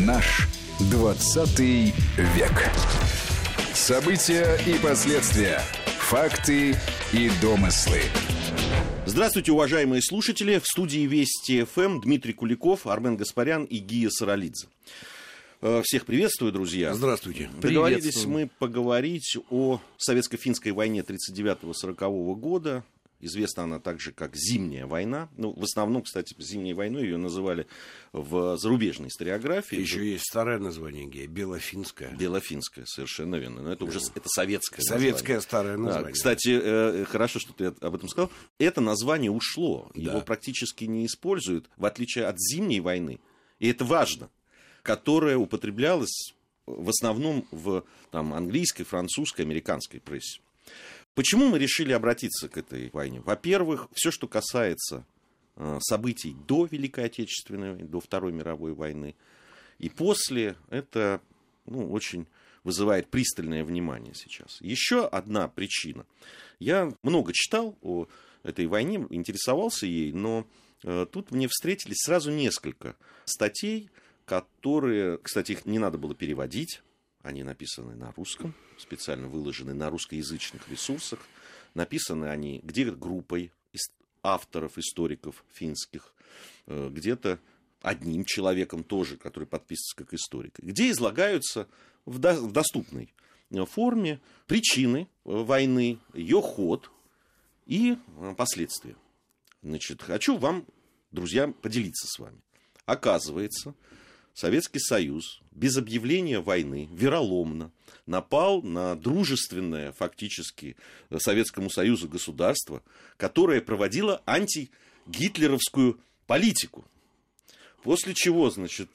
Наш 20 век. События и последствия. Факты и домыслы. Здравствуйте, уважаемые слушатели. В студии Вести ФМ Дмитрий Куликов, Армен Гаспарян и Гия Саралидзе. Всех приветствую, друзья. Здравствуйте. Договорились мы поговорить о советско-финской войне 1939-1940 года. Известна она также как Зимняя война. Ну, в основном, кстати, Зимней войной ее называли в зарубежной историографии. Еще есть старое название, Гея, Белофинская. Белофинская, совершенно верно. Но это уже это советское Советское название. Старое название. Да, кстати, хорошо, что ты об этом сказал. Это название ушло. Его практически не используют, в отличие от Зимней войны. И это важно. Которая употреблялась в основном в английской, французской, американской прессе. Почему мы решили обратиться к этой войне? Во-первых, все, что касается событий до Великой Отечественной войны, до Второй мировой войны и после, это очень вызывает пристальное внимание сейчас. Еще одна причина. Я много читал о этой войне, интересовался ей, но тут мне встретились сразу несколько статей, которые, кстати, их не надо было переводить. Они написаны на русском, специально выложены на русскоязычных ресурсах. Написаны они где-то группой авторов, историков финских, где-то одним человеком тоже, который подписывается как историк. Где излагаются в доступной форме причины войны, ее ход и последствия. Хочу вам, друзья, поделиться с вами. Оказывается, Советский Союз без объявления войны вероломно напал на дружественное фактически Советскому Союзу государство, которое проводило антигитлеровскую политику. После чего,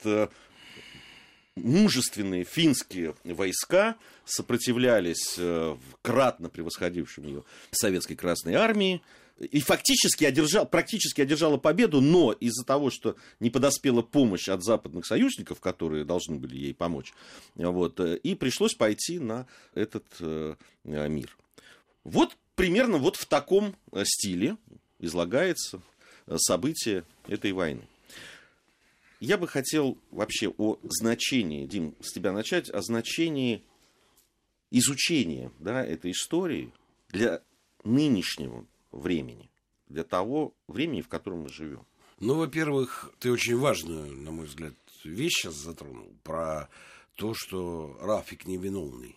мужественные финские войска сопротивлялись кратно превосходившим ее советской Красной армии. И практически одержала победу, но из-за того, что не подоспела помощь от западных союзников, которые должны были ей помочь, и пришлось пойти на этот мир. Примерно в таком стиле излагается событие этой войны. Я бы хотел вообще о значении, Дим, с тебя начать, о значении изучения этой истории для нынешнего времени, для того времени, в котором мы живем. Во-первых, ты очень важную, на мой взгляд, вещь сейчас затронул, про то, что Рафик невиновный.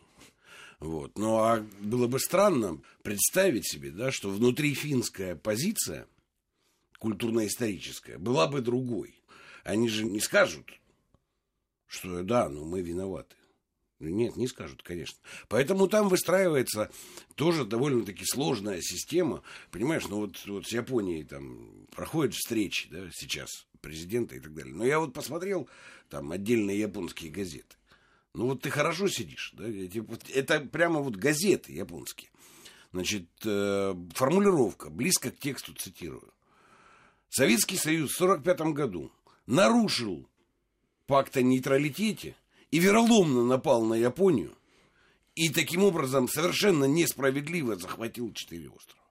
А было бы странно представить себе, что внутрифинская позиция, культурно-историческая, была бы другой. Они же не скажут, что мы виноваты. Нет, не скажут, конечно. Поэтому там выстраивается тоже довольно-таки сложная система. Понимаешь, с Японией там проходят встречи, сейчас, президента и так далее. Но я посмотрел там отдельные японские газеты. Ты хорошо сидишь, это прямо газеты японские. Формулировка, близко к тексту цитирую. Советский Союз в 1945 году нарушил пакт о нейтралитете и вероломно напал на Японию, и таким образом совершенно несправедливо захватил 4 острова.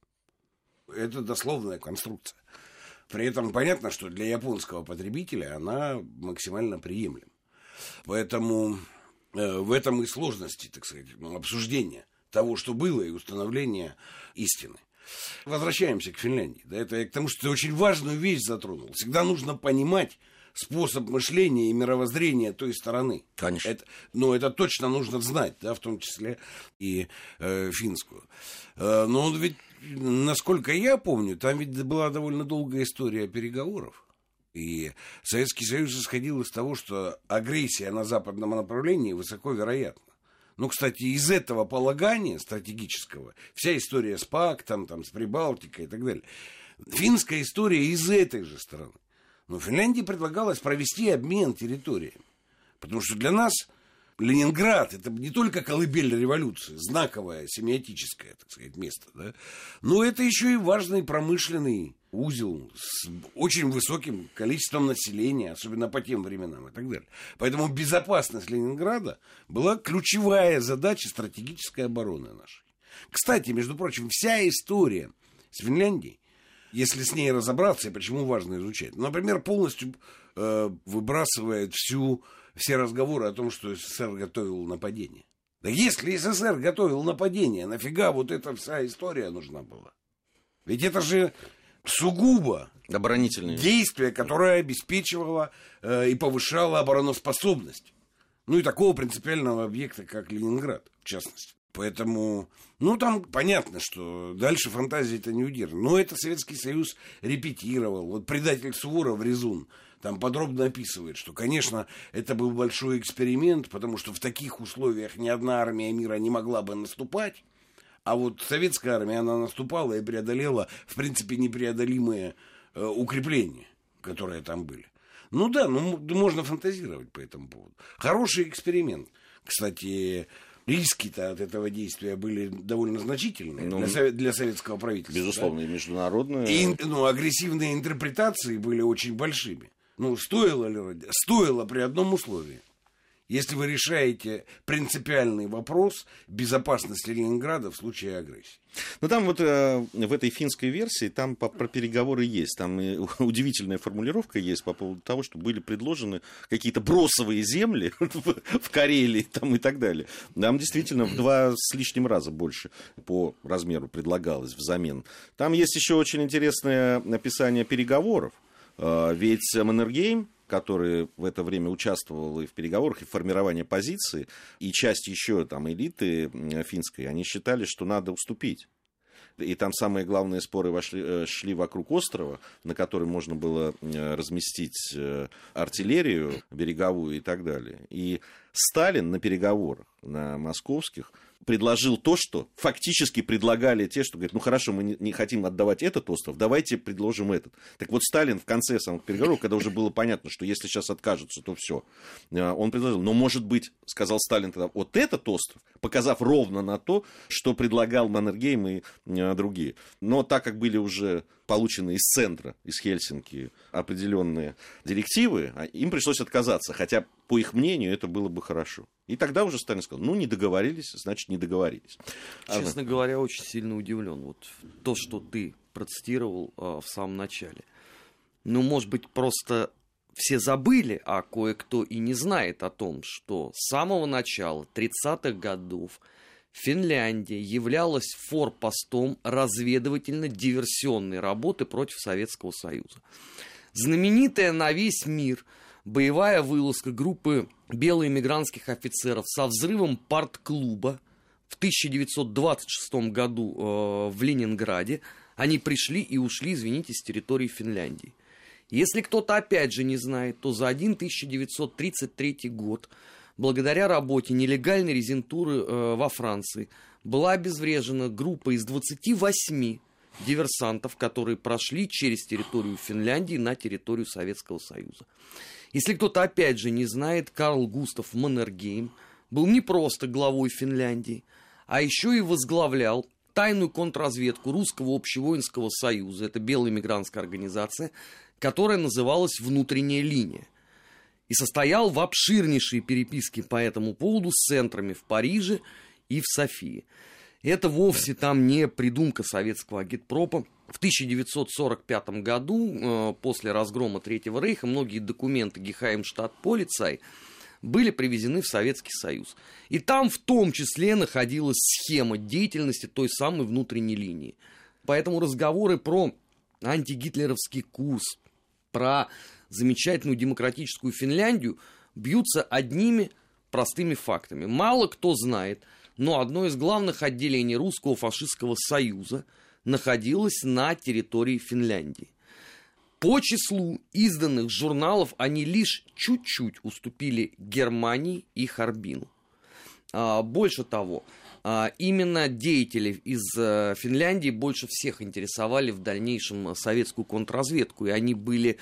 Это дословная конструкция. При этом понятно, что для японского потребителя она максимально приемлема. Поэтому в этом и сложности, так сказать, обсуждения того, что было, и установления истины. Возвращаемся к Финляндии. Это я к тому, что ты очень важную вещь затронул. Всегда нужно понимать способ мышления и мировоззрения той стороны. Конечно. Это точно нужно знать, в том числе и финскую. Но ведь, насколько я помню, там ведь была довольно долгая история переговоров. И Советский Союз исходил из того, что агрессия на западном направлении высоко вероятна. Кстати, из этого полагания стратегического вся история с пактом, с Прибалтикой и так далее. Финская история из этой же стороны. Но Финляндии предлагалось провести обмен территориями. Потому что для нас Ленинград — это не только колыбель революции, знаковое семиотическое, так сказать, место, но это еще и важный промышленный узел с очень высоким количеством населения, особенно по тем временам и так далее. Поэтому безопасность Ленинграда была ключевая задача стратегической обороны нашей. Кстати, между прочим, вся история с Финляндией если с ней разобраться, и почему важно изучать. Например, полностью выбрасывает все разговоры о том, что СССР готовил нападение. Да если СССР готовил нападение, нафига вот эта вся история нужна была? Ведь это же сугубо оборонительные действие, которое обеспечивало и повышало обороноспособность. Ну и такого принципиального объекта, как Ленинград, в частности. Поэтому, там понятно, что дальше фантазии-то не удержит. Но это Советский Союз репетировал. Вот предатель Суворов, Резун, там подробно описывает, что, конечно, это был большой эксперимент, потому что в таких условиях ни одна армия мира не могла бы наступать. А вот советская армия, она наступала и преодолела, в принципе, непреодолимые укрепления, которые там были. Можно фантазировать по этому поводу. Хороший эксперимент. Кстати, риски-то от этого действия были довольно значительные для советского правительства. Безусловно, да? И международные. И агрессивные интерпретации были очень большими. Стоило ли? Стоило при одном условии. Если вы решаете принципиальный вопрос безопасности Ленинграда в случае агрессии. Там вот в этой финской версии там про переговоры есть. Там удивительная формулировка есть по поводу того, что были предложены какие-то бросовые земли в Карелии там, и так далее. Там действительно в 2 с лишним раза больше по размеру предлагалось взамен. Там есть еще очень интересное описание переговоров. Ведь Маннергейм, который в это время участвовал и в переговорах, и в формировании позиции, и часть еще там элиты финской, они считали, что надо уступить. И там самые главные споры шли вокруг острова, на котором можно было разместить артиллерию береговую и так далее. И Сталин на переговорах, на московских, предложил то, что фактически предлагали те, что говорят, хорошо, мы не хотим отдавать этот остров, давайте предложим этот. Так вот, Сталин в конце самых переговоров, когда уже было понятно, что если сейчас откажутся, то все, он предложил, может быть, сказал Сталин тогда, вот этот остров, показав ровно на то, что предлагал Маннергейм и другие. Но так как были уже получены из центра, из Хельсинки, определенные директивы, им пришлось отказаться, хотя, по их мнению, это было бы хорошо. И тогда уже Сталин сказал, не договорились, значит, не договорились. Честно говоря, очень сильно удивлен. Вот то, что ты процитировал в самом начале. Может быть, просто все забыли, а кое-кто и не знает о том, что с самого начала 30-х годов Финляндия являлась форпостом разведывательно-диверсионной работы против Советского Союза. Знаменитая на весь мир боевая вылазка группы белоэмигрантских офицеров со взрывом парт-клуба в 1926 году в Ленинграде. Они пришли и ушли, извините, с территории Финляндии. Если кто-то опять же не знает, то за 1933 год, благодаря работе нелегальной резидентуры во Франции, была обезврежена группа из 28 диверсантов, которые прошли через территорию Финляндии на территорию Советского Союза. Если кто-то опять же не знает, Карл Густав Маннергейм был не просто главой Финляндии, а еще и возглавлял тайную контрразведку Русского общевоинского союза, это белая мигрантская организация, которая называлась «Внутренняя линия», и состоял в обширнейшей переписке по этому поводу с центрами в Париже и в Софии. Это вовсе там не придумка советского агитпропа. В 1945 году, после разгрома Третьего рейха, многие документы Гехаймштадт-Полицай были привезены в Советский Союз. И там в том числе находилась схема деятельности той самой внутренней линии. Поэтому разговоры про антигитлеровский курс, про замечательную демократическую Финляндию бьются одними простыми фактами. Мало кто знает, но одно из главных отделений Русского фашистского союза находилось на территории Финляндии. По числу изданных журналов они лишь чуть-чуть уступили Германии и Харбину. Больше того, именно деятели из Финляндии больше всех интересовали в дальнейшем советскую контрразведку, и они были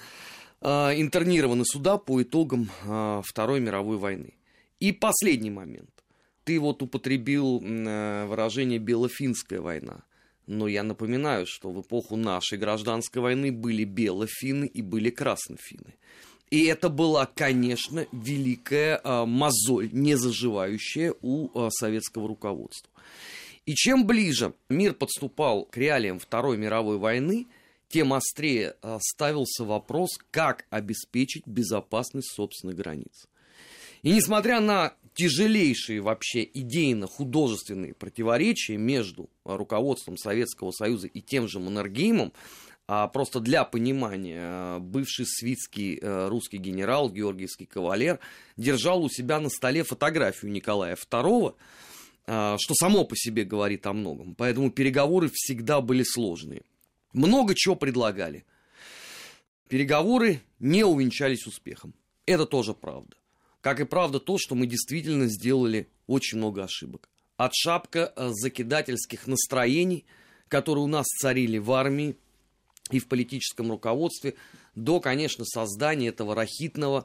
интернированы сюда по итогам Второй мировой войны. И последний момент. Ты вот употребил выражение «белофинская война». Но я напоминаю, что в эпоху нашей гражданской войны были белофинны и были краснофинны. И это была, конечно, великая мозоль, не заживающая у советского руководства. И чем ближе мир подступал к реалиям Второй мировой войны, тем острее ставился вопрос, как обеспечить безопасность собственных границ. И несмотря на тяжелейшие вообще идейно-художественные противоречия между руководством Советского Союза и тем же Маннергеймом, просто для понимания, бывший свитский русский генерал, георгиевский кавалер, держал у себя на столе фотографию Николая II, что само по себе говорит о многом. Поэтому переговоры всегда были сложные. Много чего предлагали. Переговоры не увенчались успехом. Это тоже правда. Как и правда то, что мы действительно сделали очень много ошибок. От шапка закидательских настроений, которые у нас царили в армии и в политическом руководстве, до, конечно, создания этого рахитного,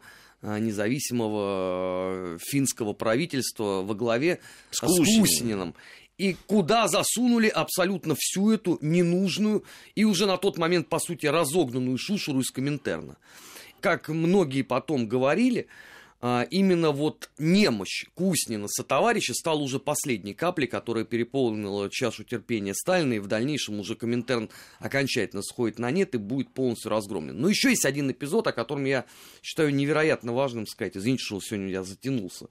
независимого финского правительства во главе с Кусининым. И куда засунули абсолютно всю эту ненужную и уже на тот момент, по сути, разогнанную шушеру из Коминтерна. Как многие потом говорили, именно вот немощь Куснина сотоварища стала уже последней каплей, которая переполнила чашу терпения Сталина, и в дальнейшем уже Коминтерн окончательно сходит на нет и будет полностью разгромлен. Но еще есть один эпизод, о котором я считаю невероятно важным сказать. Извините, что сегодня я затянулся.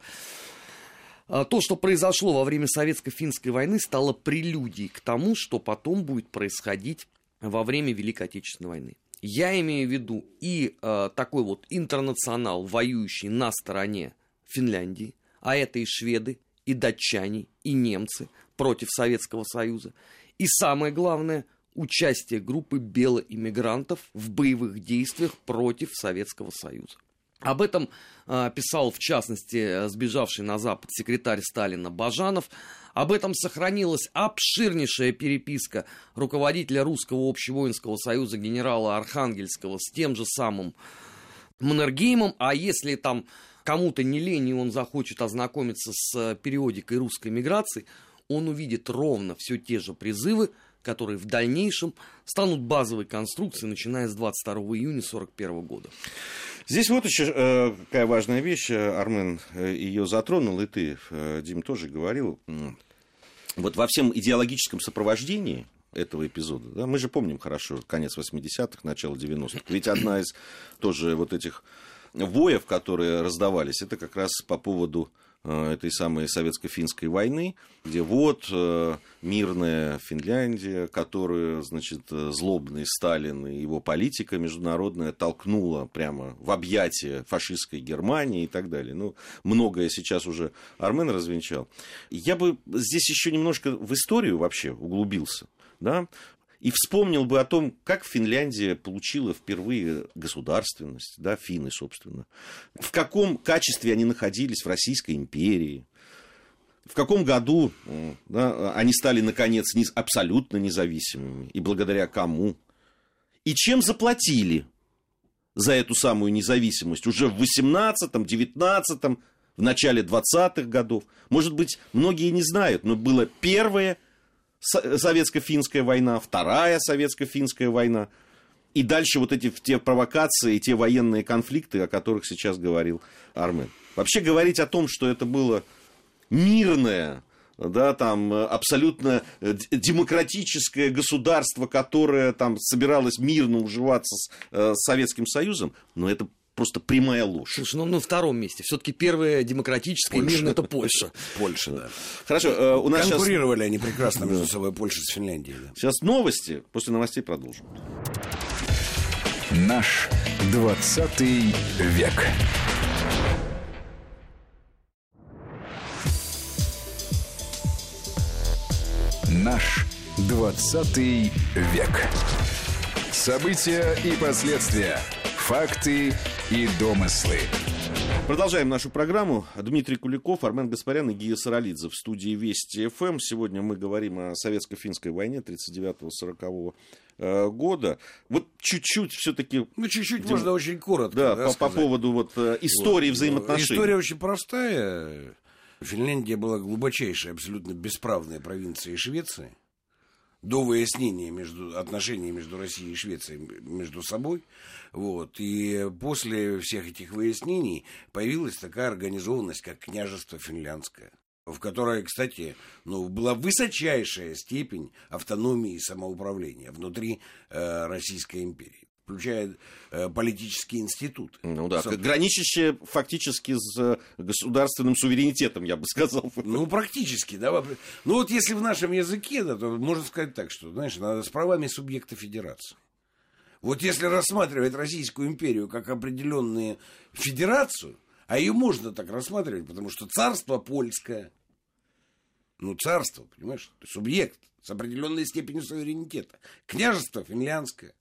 То, что произошло во время Советско-финской войны, стало прелюдией к тому, что потом будет происходить во время Великой Отечественной войны. Я имею в виду и такой вот интернационал, воюющий на стороне Финляндии, а это и шведы, и датчане, и немцы против Советского Союза. И самое главное, участие группы белоиммигрантов в боевых действиях против Советского Союза. Об этом писал, в частности, сбежавший на Запад секретарь Сталина Бажанов. Об этом сохранилась обширнейшая переписка руководителя Русского общевоинского союза генерала Архангельского с тем же самым Маннергеймом. А если там кому-то не лень, и он захочет ознакомиться с периодикой русской миграции, он увидит ровно все те же призывы, которые в дальнейшем станут базовой конструкцией, начиная с 22 июня 1941 года. Здесь вот еще какая важная вещь, Армен ее затронул, и ты, Дим, тоже говорил. Вот во всем идеологическом сопровождении этого эпизода, да, мы же помним хорошо конец 80-х, начало 90-х, ведь одна из тоже вот этих воев, которые раздавались, это как раз по поводу этой самой советско-финской войны, где вот мирная Финляндия, которую, значит, злобный Сталин и его политика международная толкнула прямо в объятия фашистской Германии и так далее. Ну, многое сейчас уже Армен развенчал. Я бы здесь еще немножко в историю вообще углубился, да, и вспомнил бы о том, как Финляндия получила впервые государственность, да, финны, собственно. В каком качестве они находились в Российской империи. В каком году, да, они стали, наконец, абсолютно независимыми. И благодаря кому. И чем заплатили за эту самую независимость уже в 18-м, 19-м, в начале 20-х годов. Может быть, многие не знают, но было первое Советско-финская война, вторая Советско-финская война. И дальше вот эти те провокации, те военные конфликты, о которых сейчас говорил Армен. Вообще говорить о том, что это было мирное, да, там, абсолютно демократическое государство, которое там собиралось мирно уживаться с Советским Союзом, но это просто прямая ложь. Слушай, ну на втором месте. Все-таки первое демократическое мирное — это Польша. Польша, да. Хорошо, у нас конкурировали сейчас... они прекрасно между собой, Польша с Финляндией. Да. Сейчас новости, после новостей продолжим. Наш 20 век. Наш 20 век. События и последствия. Факты и домыслы. Продолжаем нашу программу. Дмитрий Куликов, Армен Гаспарян и Гия Саралидзе в студии Вести ФМ. Сегодня мы говорим о советско-финской войне 1939-1940 года. Вот чуть-чуть все-таки... Ну, чуть-чуть можно очень коротко. Да, по поводу вот истории взаимоотношений. История очень простая. Финляндия была глубочайшей, абсолютно бесправной провинцией Швеции. До выяснения отношений между Россией и Швецией между собой. Вот. И после всех этих выяснений появилась такая организованность, как княжество финляндское. в которой, кстати, была высочайшая степень автономии и самоуправления внутри Российской империи, включая политические институты. Ну да, граничащие фактически с государственным суверенитетом, я бы сказал. Ну, практически, да. Ну, вот если в нашем языке, да, то можно сказать так, что, знаешь, надо с правами субъекта федерации. Вот если рассматривать Российскую империю как определенную федерацию, а ее можно так рассматривать, потому что царство польское, царство, понимаешь, субъект с определенной степенью суверенитета, княжество финляндское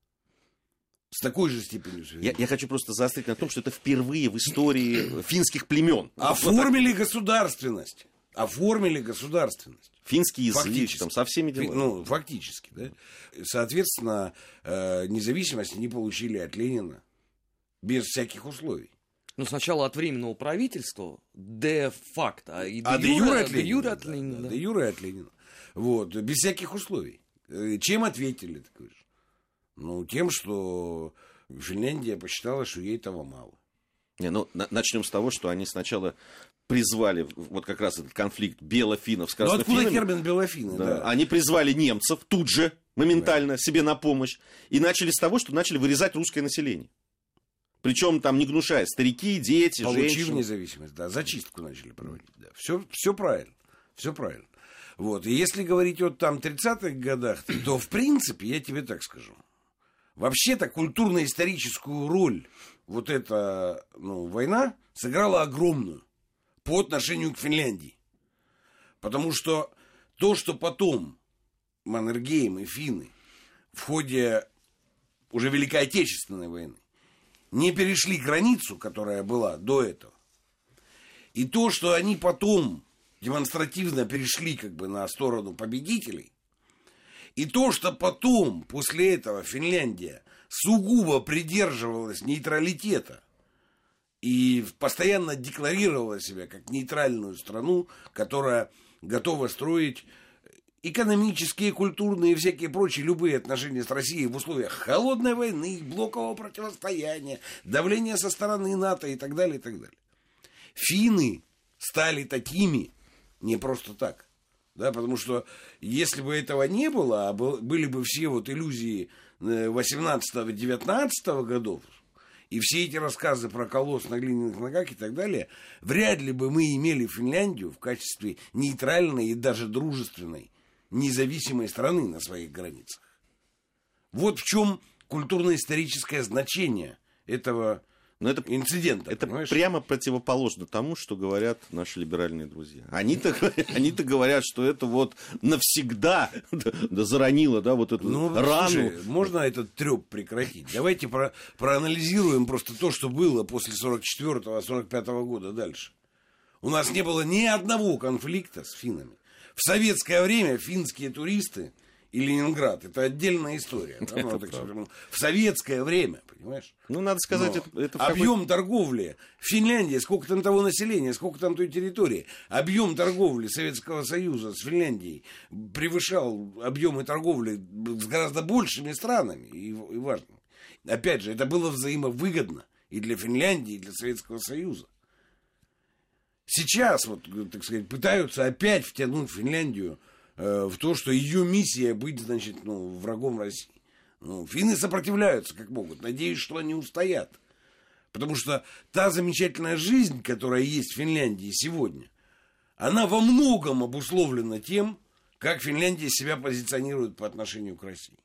с такой же степенью суверенитета. Я хочу просто заострить на том, что это впервые в истории финских племен. Оформили государственность. Оформили государственность. Финский язык, там, со всеми делами. Фактически, да. Соответственно, независимость они получили от Ленина без всяких условий. Сначала от Временного правительства, де-факто, де юре от Ленина. Де юре от Ленина. Вот, без всяких условий. Чем ответили, ты говоришь? Тем, что Финляндия посчитала, что ей этого мало. Начнем с того, что они сначала призвали вот как раз этот конфликт белофиннов с краснофинами. Откуда термин белофины? Да. Они призвали немцев тут же, моментально, себе на помощь. И начали с того, что начали вырезать русское население. Причем там не гнушая, старики, дети, Получив женщины. независимость, да, зачистку начали проводить. Да. Все правильно, все правильно. Вот. И если говорить о 30-х годах, то в принципе, я тебе так скажу, вообще-то культурно-историческую роль вот эта война сыграла огромную по отношению к Финляндии. Потому что то, что потом Маннергейм и финны в ходе уже Великой Отечественной войны не перешли границу, которая была до этого, и то, что они потом демонстративно перешли на сторону победителей, и то, что потом, после этого, Финляндия сугубо придерживалась нейтралитета и постоянно декларировала себя как нейтральную страну, которая готова строить экономические, культурные и всякие прочие любые отношения с Россией в условиях холодной войны, блокового противостояния, давления со стороны НАТО и так далее, и так далее. Финны стали такими не просто так. Да, потому что если бы этого не было, а были бы все иллюзии 18-19 годов, и все эти рассказы про колосс на глиняных ногах и так далее, вряд ли бы мы имели Финляндию в качестве нейтральной и даже дружественной независимой страны на своих границах. Вот в чем культурно-историческое значение этого инцидента. Это прямо противоположно тому, что говорят наши либеральные друзья. Они-то говорят, что это навсегда заронило эту рану. Слушай, можно этот трёп прекратить? Давайте проанализируем просто то, что было после 44-45 года дальше. У нас не было ни одного конфликта с финнами. В советское время финские туристы и Ленинград — это отдельная история. В советское время, понимаешь? Надо сказать, это объем торговли в Финляндии, сколько там того населения, сколько там той территории, объем торговли Советского Союза с Финляндией превышал объемы торговли с гораздо большими странами и важными. Опять же, это было взаимовыгодно и для Финляндии, и для Советского Союза. Сейчас, пытаются опять втянуть Финляндию в то, что ее миссия быть, врагом России. Финны сопротивляются как могут. Надеюсь, что они устоят. Потому что та замечательная жизнь, которая есть в Финляндии сегодня, она во многом обусловлена тем, как Финляндия себя позиционирует по отношению к России.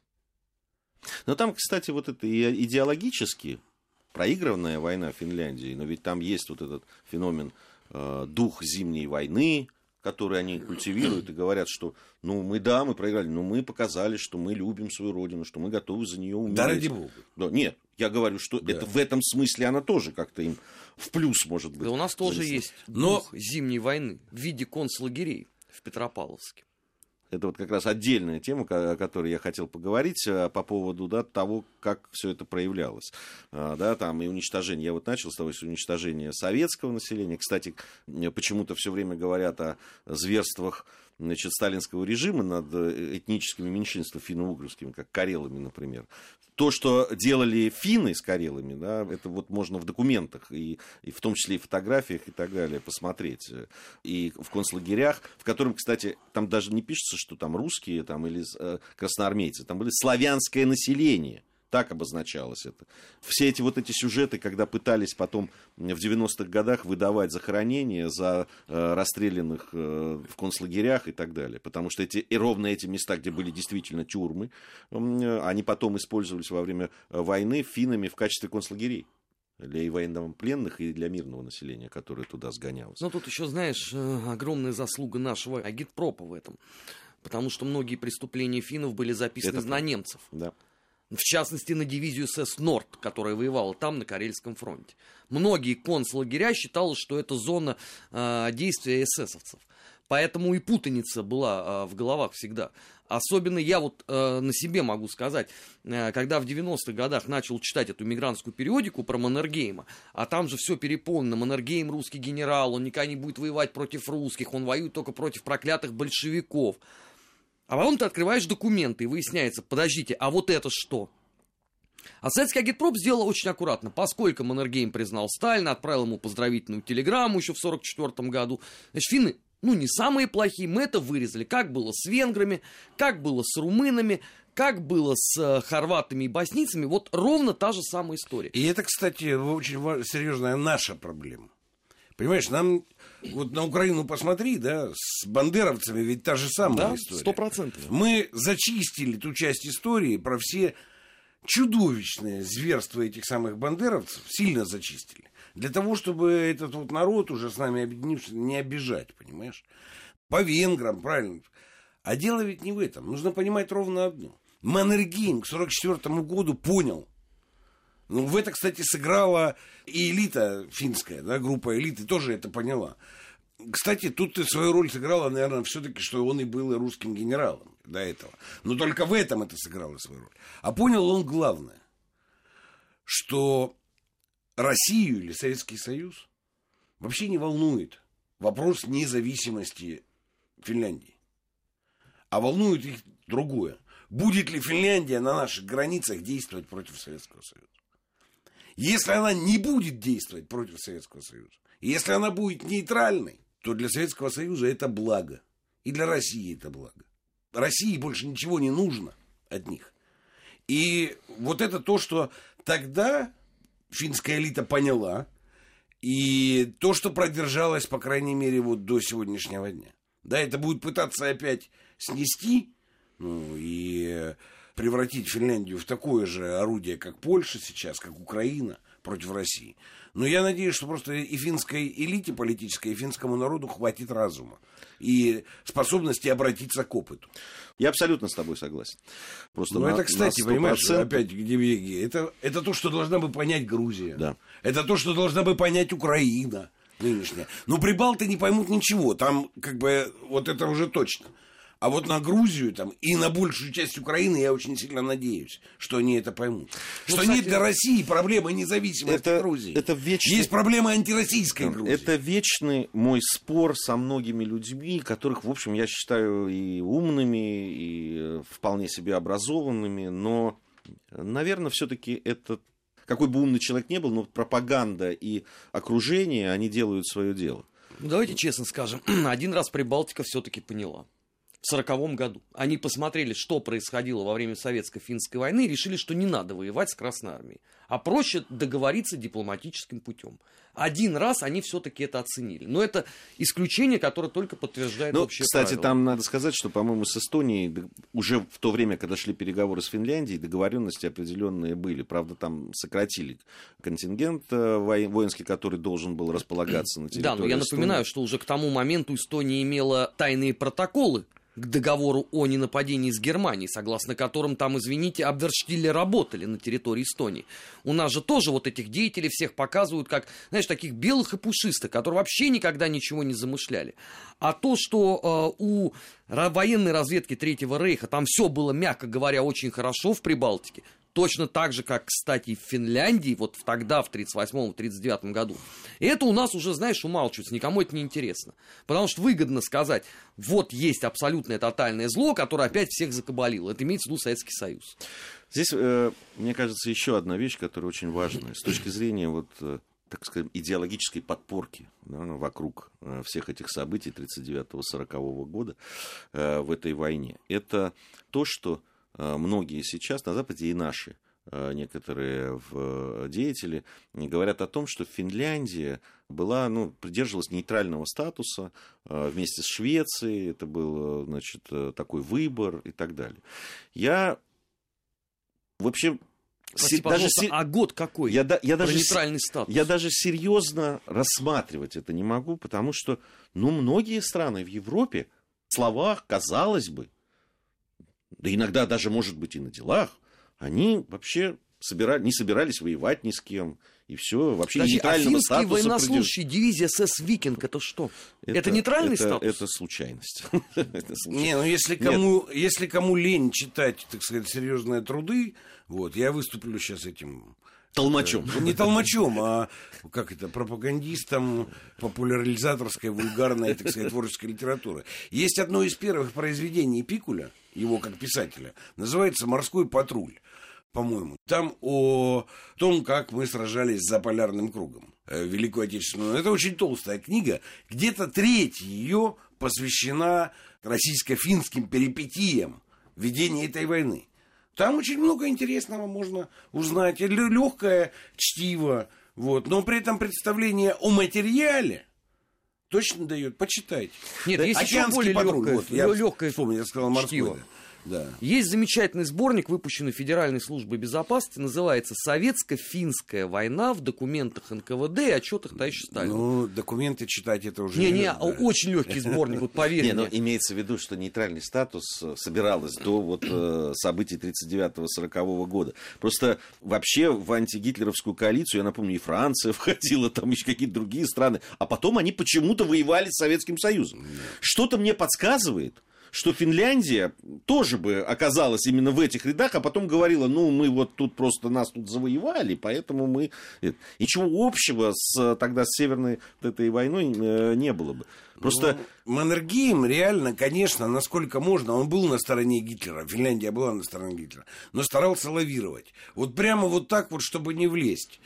Но там, кстати, это идеологически проигранная война в Финляндии, но ведь там есть этот феномен дух зимней войны, который они культивируют и говорят, что мы проиграли, но мы показали, что мы любим свою родину, что мы готовы за нее умереть. Да ради бога. Да, нет, я говорю, что это в этом смысле она тоже как-то им в плюс может быть. Да у нас тоже есть дух зимней войны в виде концлагерей в Петропавловске. Это как раз отдельная тема, о которой я хотел поговорить, по поводу того, как все это проявлялось. Там и уничтожение. Я начал с того, что уничтожение советского населения. Кстати, почему-то все время говорят о зверствах значит, сталинского режима над этническими меньшинствами финно-угорскими, как карелами, например. То, что делали финны с карелами, да, это вот можно в документах, и в том числе и фотографиях и так далее, посмотреть. И в концлагерях, в котором, кстати, там даже не пишется, что там русские там, или красноармейцы, там были славянское население. Так обозначалось это. Все эти сюжеты, когда пытались потом в 90-х годах выдавать захоронения за расстрелянных в концлагерях и так далее. Потому что ровно эти места, где были действительно тюрьмы, они потом использовались во время войны финнами в качестве концлагерей. Для и военнопленных, и для мирного населения, которое туда сгонялось. Но тут еще, знаешь, огромная заслуга нашего агитпропа в этом. Потому что многие преступления финнов были записаны на немцев. Да. В частности, на дивизию СС «Норд», которая воевала там, на Карельском фронте. Многие концлагеря считалось, что это зона действия эсэсовцев. Поэтому и путаница была в головах всегда. Особенно я на себе могу сказать, когда в 90-х годах начал читать эту мигрантскую периодику про Маннергейма, а там же все переполнено. Маннергейм русский генерал, он никогда не будет воевать против русских, он воюет только против проклятых большевиков. А потом ты открываешь документы, и выясняется, подождите, а вот это что? А советский агитпроп сделал очень аккуратно. Поскольку Маннергейм признал Сталина, отправил ему поздравительную телеграмму еще в 1944 году. Значит, финны, не самые плохие, мы это вырезали. Как было с венграми, как было с румынами, как было с хорватами и боснийцами. Вот ровно та же самая история. И это, кстати, очень серьезная наша проблема. Понимаешь, нам вот на Украину посмотри, да, с бандеровцами ведь та же самая история. 100%. Мы зачистили ту часть истории про все чудовищные зверства этих самых бандеровцев, сильно зачистили. Для того, чтобы этот вот народ, уже с нами объединившись, не обижать, понимаешь? По венграм, правильно. А дело ведь не в этом. Нужно понимать ровно одно. Маннергейм к 1944 году понял. В это, кстати, сыграла и элита финская, да, группа элиты тоже это поняла. Кстати, тут ты свою роль сыграла, наверное, все-таки, что он и был и русским генералом до этого. Но только в этом это сыграло свою роль. А понял он главное, что Россию или Советский Союз вообще не волнует вопрос независимости Финляндии. А волнует их другое. Будет ли Финляндия на наших границах действовать против Советского Союза? Если она не будет действовать против Советского Союза, и если она будет нейтральной, то для Советского Союза это благо. И для России это благо. России больше ничего не нужно от них. И вот это то, что тогда финская элита поняла, и то, что продержалось, по крайней мере, вот до сегодняшнего дня. Да, это будет пытаться опять снести, и превратить Финляндию в такое же орудие, как Польша сейчас, как Украина против России. Но я надеюсь, что просто и финской элите политической, и финскому народу хватит разума и способности обратиться к опыту. Я абсолютно с тобой согласен. Просто это, кстати, понимаешь, опять это то, что должна бы понять Грузия. Да. Это то, что должна бы понять Украина нынешняя. Но прибалты не поймут ничего. Там вот это уже точно. А вот на Грузию там, и на большую часть Украины я очень сильно надеюсь, что они это поймут. Что кстати, нет для России проблемы независимости Грузии. Это вечный, есть проблема антироссийской Грузии. Это вечный мой спор со многими людьми, которых, в общем, я считаю и умными, и вполне себе образованными. Но, наверное, все-таки это... Какой бы умный человек ни был, но пропаганда и окружение, они делают свое дело. Давайте честно скажем. Один раз Прибалтика все-таки поняла. В 1940 году. Они посмотрели, что происходило во время Советско-финской войны, и решили, что не надо воевать с Красной Армией, а проще договориться дипломатическим путем. Один раз они все-таки это оценили. Но это исключение, которое только подтверждает общее правило. Кстати, там надо сказать, что, по-моему, с Эстонией уже в то время, когда шли переговоры с Финляндией, договоренности определенные были. Правда, там сократили контингент воинский, который должен был располагаться на территории Да, но я напоминаю, что уже к тому моменту Эстония имела тайные протоколы к договору о ненападении с Германией, согласно которым там, извините, Абверштилле работали на территории Эстонии. У нас же тоже вот этих деятелей всех показывают как, знаешь, таких белых и пушистых, которые вообще никогда ничего не замышляли. А то, что у военной разведки Третьего Рейха там все было, мягко говоря, очень хорошо в Прибалтике, Точно так же, как, кстати, в Финляндии, вот тогда, в 1938-1939 году. И это у нас уже, знаешь, умалчивается, никому это не интересно. Потому что выгодно сказать, вот есть абсолютное тотальное зло, которое опять всех закабалило. Это имеется в виду Советский Союз. Здесь, мне кажется, еще одна вещь, которая очень важна с точки зрения, вот, так сказать, идеологической подпорки, да, вокруг всех этих событий 1939-1940 года в этой войне. Это то, что многие сейчас на Западе и наши некоторые деятели говорят о том, что Финляндия была, придерживалась нейтрального статуса вместе с Швецией, это был, значит, такой выбор и так далее. Я вообще... Прости, пожалуйста, а год какой? Я даже нейтральный статус. Я даже серьезно рассматривать это не могу, потому что, многие страны в Европе в словах, казалось бы, да иногда даже, может быть, и на делах, они вообще не собирались воевать ни с кем. И все, вообще нейтрального статуса. А финские военнослужащие, дивизия СС «Викинг», это что? Это нейтральный статус? Это случайность. Не, если кому лень читать, так сказать, серьезные труды, вот, я выступлю сейчас этим... Толмачом. Не толмачом, а пропагандистом популяризаторской, вульгарной, так сказать, творческой литературы. Есть одно из первых произведений Пикуля, его как писателя, называется «Морской патруль», по-моему. Там о том, как мы сражались за полярным кругом Великую Отечественную. Это очень толстая книга. Где-то треть ее посвящена российско-финским перипетиям ведения этой войны. Там очень много интересного можно узнать. Легкое чтиво. Вот. Но при этом представление о материале точно дает. Почитайте. Нет, есть еще более легкое я сказал морское. Чтиво. Да. Есть замечательный сборник, выпущенный Федеральной службой безопасности, называется «Советско-финская война в документах НКВД и отчетах товарища Сталина». Документы читать это уже... Очень легкий сборник, вот поверь мне. Имеется в виду, что нейтральный статус собиралось до событий 1939-1940 года. Просто вообще в антигитлеровскую коалицию, я напомню, и Франция входила, там еще какие-то другие страны, а потом они почему-то воевали с Советским Союзом. Что-то мне подсказывает, что Финляндия тоже бы оказалась именно в этих рядах, а потом говорила, мы вот тут просто нас тут завоевали, поэтому мы... Ничего общего тогда с Северной этой войной не было бы. Просто... Маннергейм реально, конечно, насколько можно, он был на стороне Гитлера, Финляндия была на стороне Гитлера, но старался лавировать. Вот прямо вот так вот, чтобы не влезть.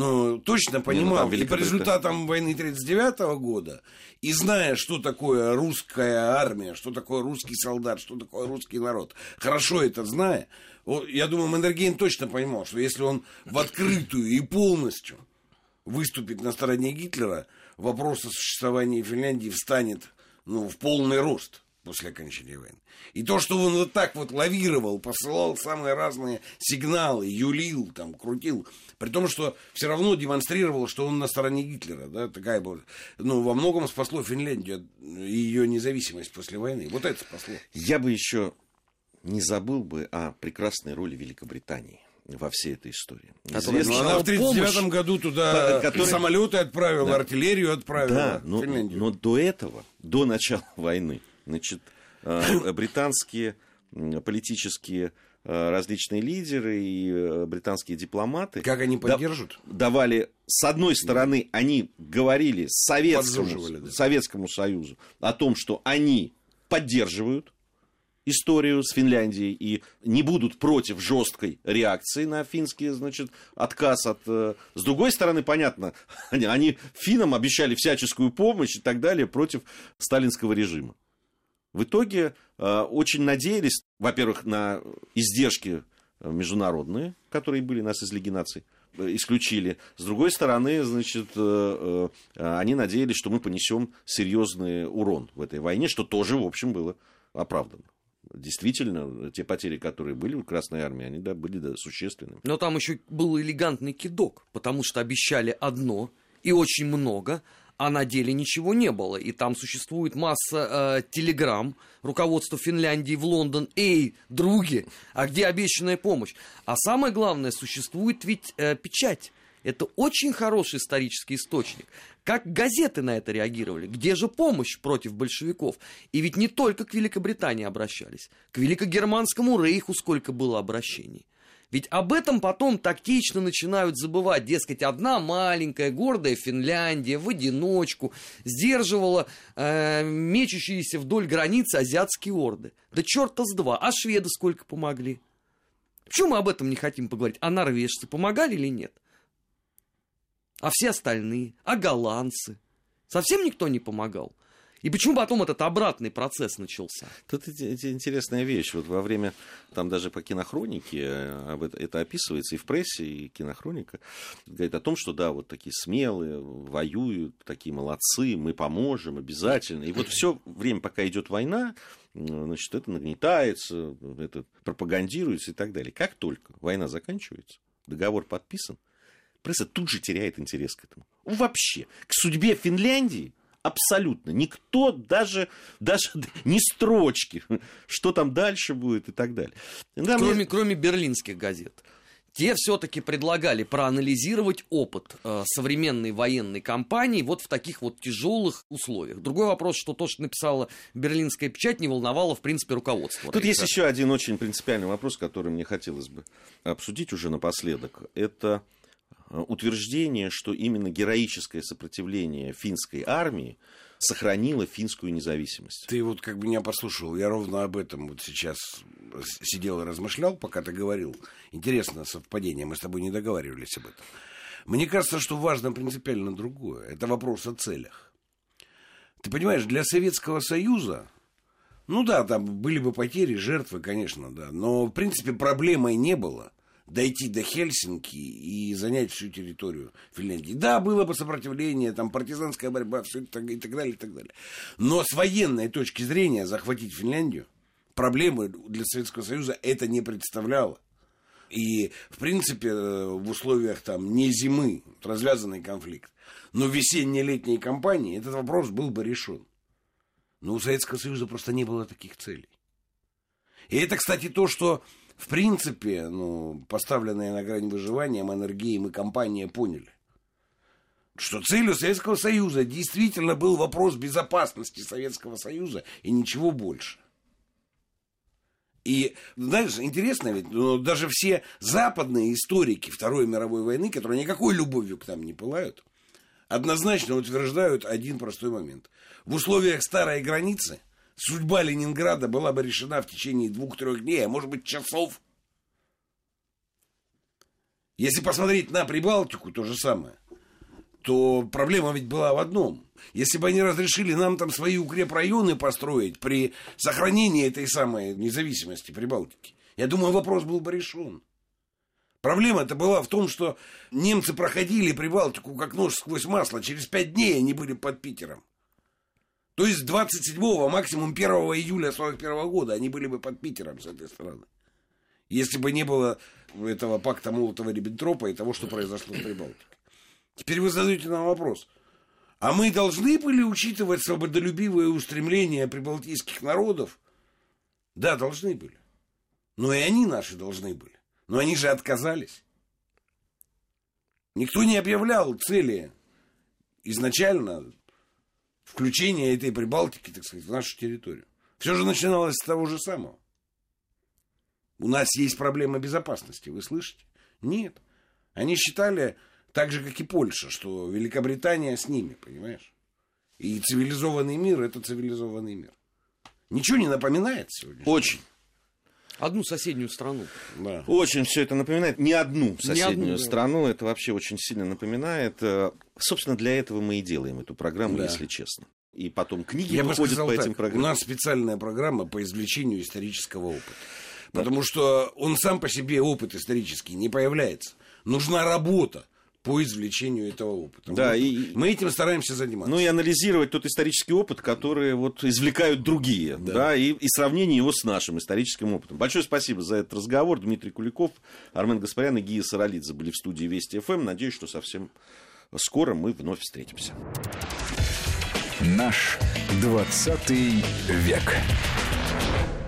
Точно понимал, и по результатам войны 1939 года, и зная, что такое русская армия, что такое русский солдат, что такое русский народ, хорошо это зная, я думаю, Маннергейм точно понимал, что если он в открытую и полностью выступит на стороне Гитлера, вопрос о существовании Финляндии встанет в полный рост после окончания войны. И то, что он вот так вот лавировал, посылал самые разные сигналы, юлил, крутил, при том, что все равно демонстрировал, что он на стороне Гитлера, да, такая была, во многом спасло Финляндию и ее независимость после войны. Вот это спасло. Я бы еще не забыл бы о прекрасной роли Великобритании во всей этой истории. Она в 1939 году туда самолеты отправила, артиллерию отправила. Да, но до этого, до начала войны, британские политические различные лидеры и британские дипломаты... Как они поддержат? Давали, с одной стороны, они говорили Советскому Союзу о том, что они поддерживают историю с Финляндией и не будут против жесткой реакции на финский, отказ от... С другой стороны, понятно, они финнам обещали всяческую помощь и так далее против сталинского режима. В итоге очень надеялись, во-первых, на издержки международные, которые были, нас из Лиги наций исключили. С другой стороны, они надеялись, что мы понесем серьезный урон в этой войне, что тоже, в общем, было оправдано. Действительно, те потери, которые были у Красной Армии, они были существенными. Но там еще был элегантный кидок, потому что обещали одно и очень много, а на деле ничего не было. И там существует масса телеграмм руководства Финляндии в Лондон. Эй, други, а где обещанная помощь? А самое главное, существует ведь печать. Это очень хороший исторический источник. Как газеты на это реагировали? Где же помощь против большевиков? И ведь не только к Великобритании обращались. К Великогерманскому рейху сколько было обращений. Ведь об этом потом тактично начинают забывать. Дескать, одна маленькая гордая Финляндия в одиночку сдерживала мечущиеся вдоль границы азиатские орды. Да черта с два. А шведы сколько помогли? Почему мы об этом не хотим поговорить? А норвежцы помогали или нет? А все остальные? А голландцы? Совсем никто не помогал? И почему потом этот обратный процесс начался? Тут интересная вещь. Вот во время, там даже по кинохронике это описывается и в прессе, и кинохроника говорит о том, что да, вот такие смелые, воюют, такие молодцы, мы поможем обязательно. И вот все время, пока идет война, значит, это нагнетается, это пропагандируется и так далее. Как только война заканчивается, договор подписан, пресса тут же теряет интерес к этому. Вообще, к судьбе Финляндии абсолютно. Никто даже ни строчки, что там дальше будет и так далее. Да, кроме берлинских газет. Те все-таки предлагали проанализировать опыт современной военной кампании вот в таких вот тяжелых условиях. Другой вопрос, что то, что написала берлинская печать, не волновало, в принципе, руководство. Тут есть еще один очень принципиальный вопрос, который мне хотелось бы обсудить уже напоследок. Это утверждение, что именно героическое сопротивление финской армии сохранило финскую независимость. Ты вот как бы меня послушал, я ровно об этом вот сейчас сидел и размышлял, пока ты говорил. Интересное совпадение, мы с тобой не договаривались об этом. Мне кажется, что важно принципиально другое. Это вопрос о целях. Ты понимаешь, для Советского Союза, ну да, там были бы потери, жертвы, конечно, да, но в принципе проблемой не было дойти до Хельсинки и занять всю территорию Финляндии. Да, было бы сопротивление, там партизанская борьба, все это и так далее, и так далее. Но с военной точки зрения захватить Финляндию проблемы для Советского Союза это не представляло. И, в принципе, в условиях там не зимы, развязанный конфликт, но в весенне-летней кампании этот вопрос был бы решен. Но у Советского Союза просто не было таких целей. И это, кстати, то, что в принципе, поставленные на грань выживания Маннергейм и компания поняли, что целью Советского Союза действительно был вопрос безопасности Советского Союза и ничего больше. И, знаешь, интересно ведь, даже все западные историки Второй мировой войны, которые никакой любовью к нам не пылают, однозначно утверждают один простой момент. В условиях старой границы судьба Ленинграда была бы решена в течение 2-3 дней, а может быть часов. Если посмотреть на Прибалтику, то же самое, то проблема ведь была в одном. Если бы они разрешили нам там свои укрепрайоны построить при сохранении этой самой независимости Прибалтики, я думаю, вопрос был бы решен. Проблема-то была в том, что немцы проходили Прибалтику как нож сквозь масло. Через 5 дней они были под Питером. То есть 27-го, максимум 1 июля 1941 года они были бы под Питером с этой стороны. Если бы не было этого пакта Молотова-Риббентропа и того, что произошло в Прибалтике. Теперь вы задаете нам вопрос. А мы должны были учитывать свободолюбивые устремления прибалтийских народов? Да, должны были. Но и они наши должны были. Но они же отказались. Никто не объявлял цели изначально включения этой Прибалтики, так сказать, в нашу территорию. Все же начиналось с того же самого. У нас есть проблема безопасности, вы слышите? Нет. Они считали, так же, как и Польша, что Великобритания с ними, понимаешь? И цивилизованный мир – это цивилизованный мир. Ничего не напоминает сегодня? Очень. Одну соседнюю страну. Да. Очень все это напоминает. Не одну соседнюю страну. Это вообще очень сильно напоминает. Собственно, для этого мы и делаем эту программу, если честно. И потом книги выходят по этим программам. У нас специальная программа по извлечению исторического опыта. Потому что он сам по себе, опыт исторический, не появляется. Нужна работа по извлечению этого опыта. Да, мы этим стараемся заниматься. Ну и анализировать тот исторический опыт, который вот извлекают другие, да, и сравнение его с нашим историческим опытом. Большое спасибо за этот разговор. Дмитрий Куликов, Армен Гаспарян и Гия Саралидзе были в студии Вести ФМ. Надеюсь, что совсем скоро мы вновь встретимся. Наш 20 век.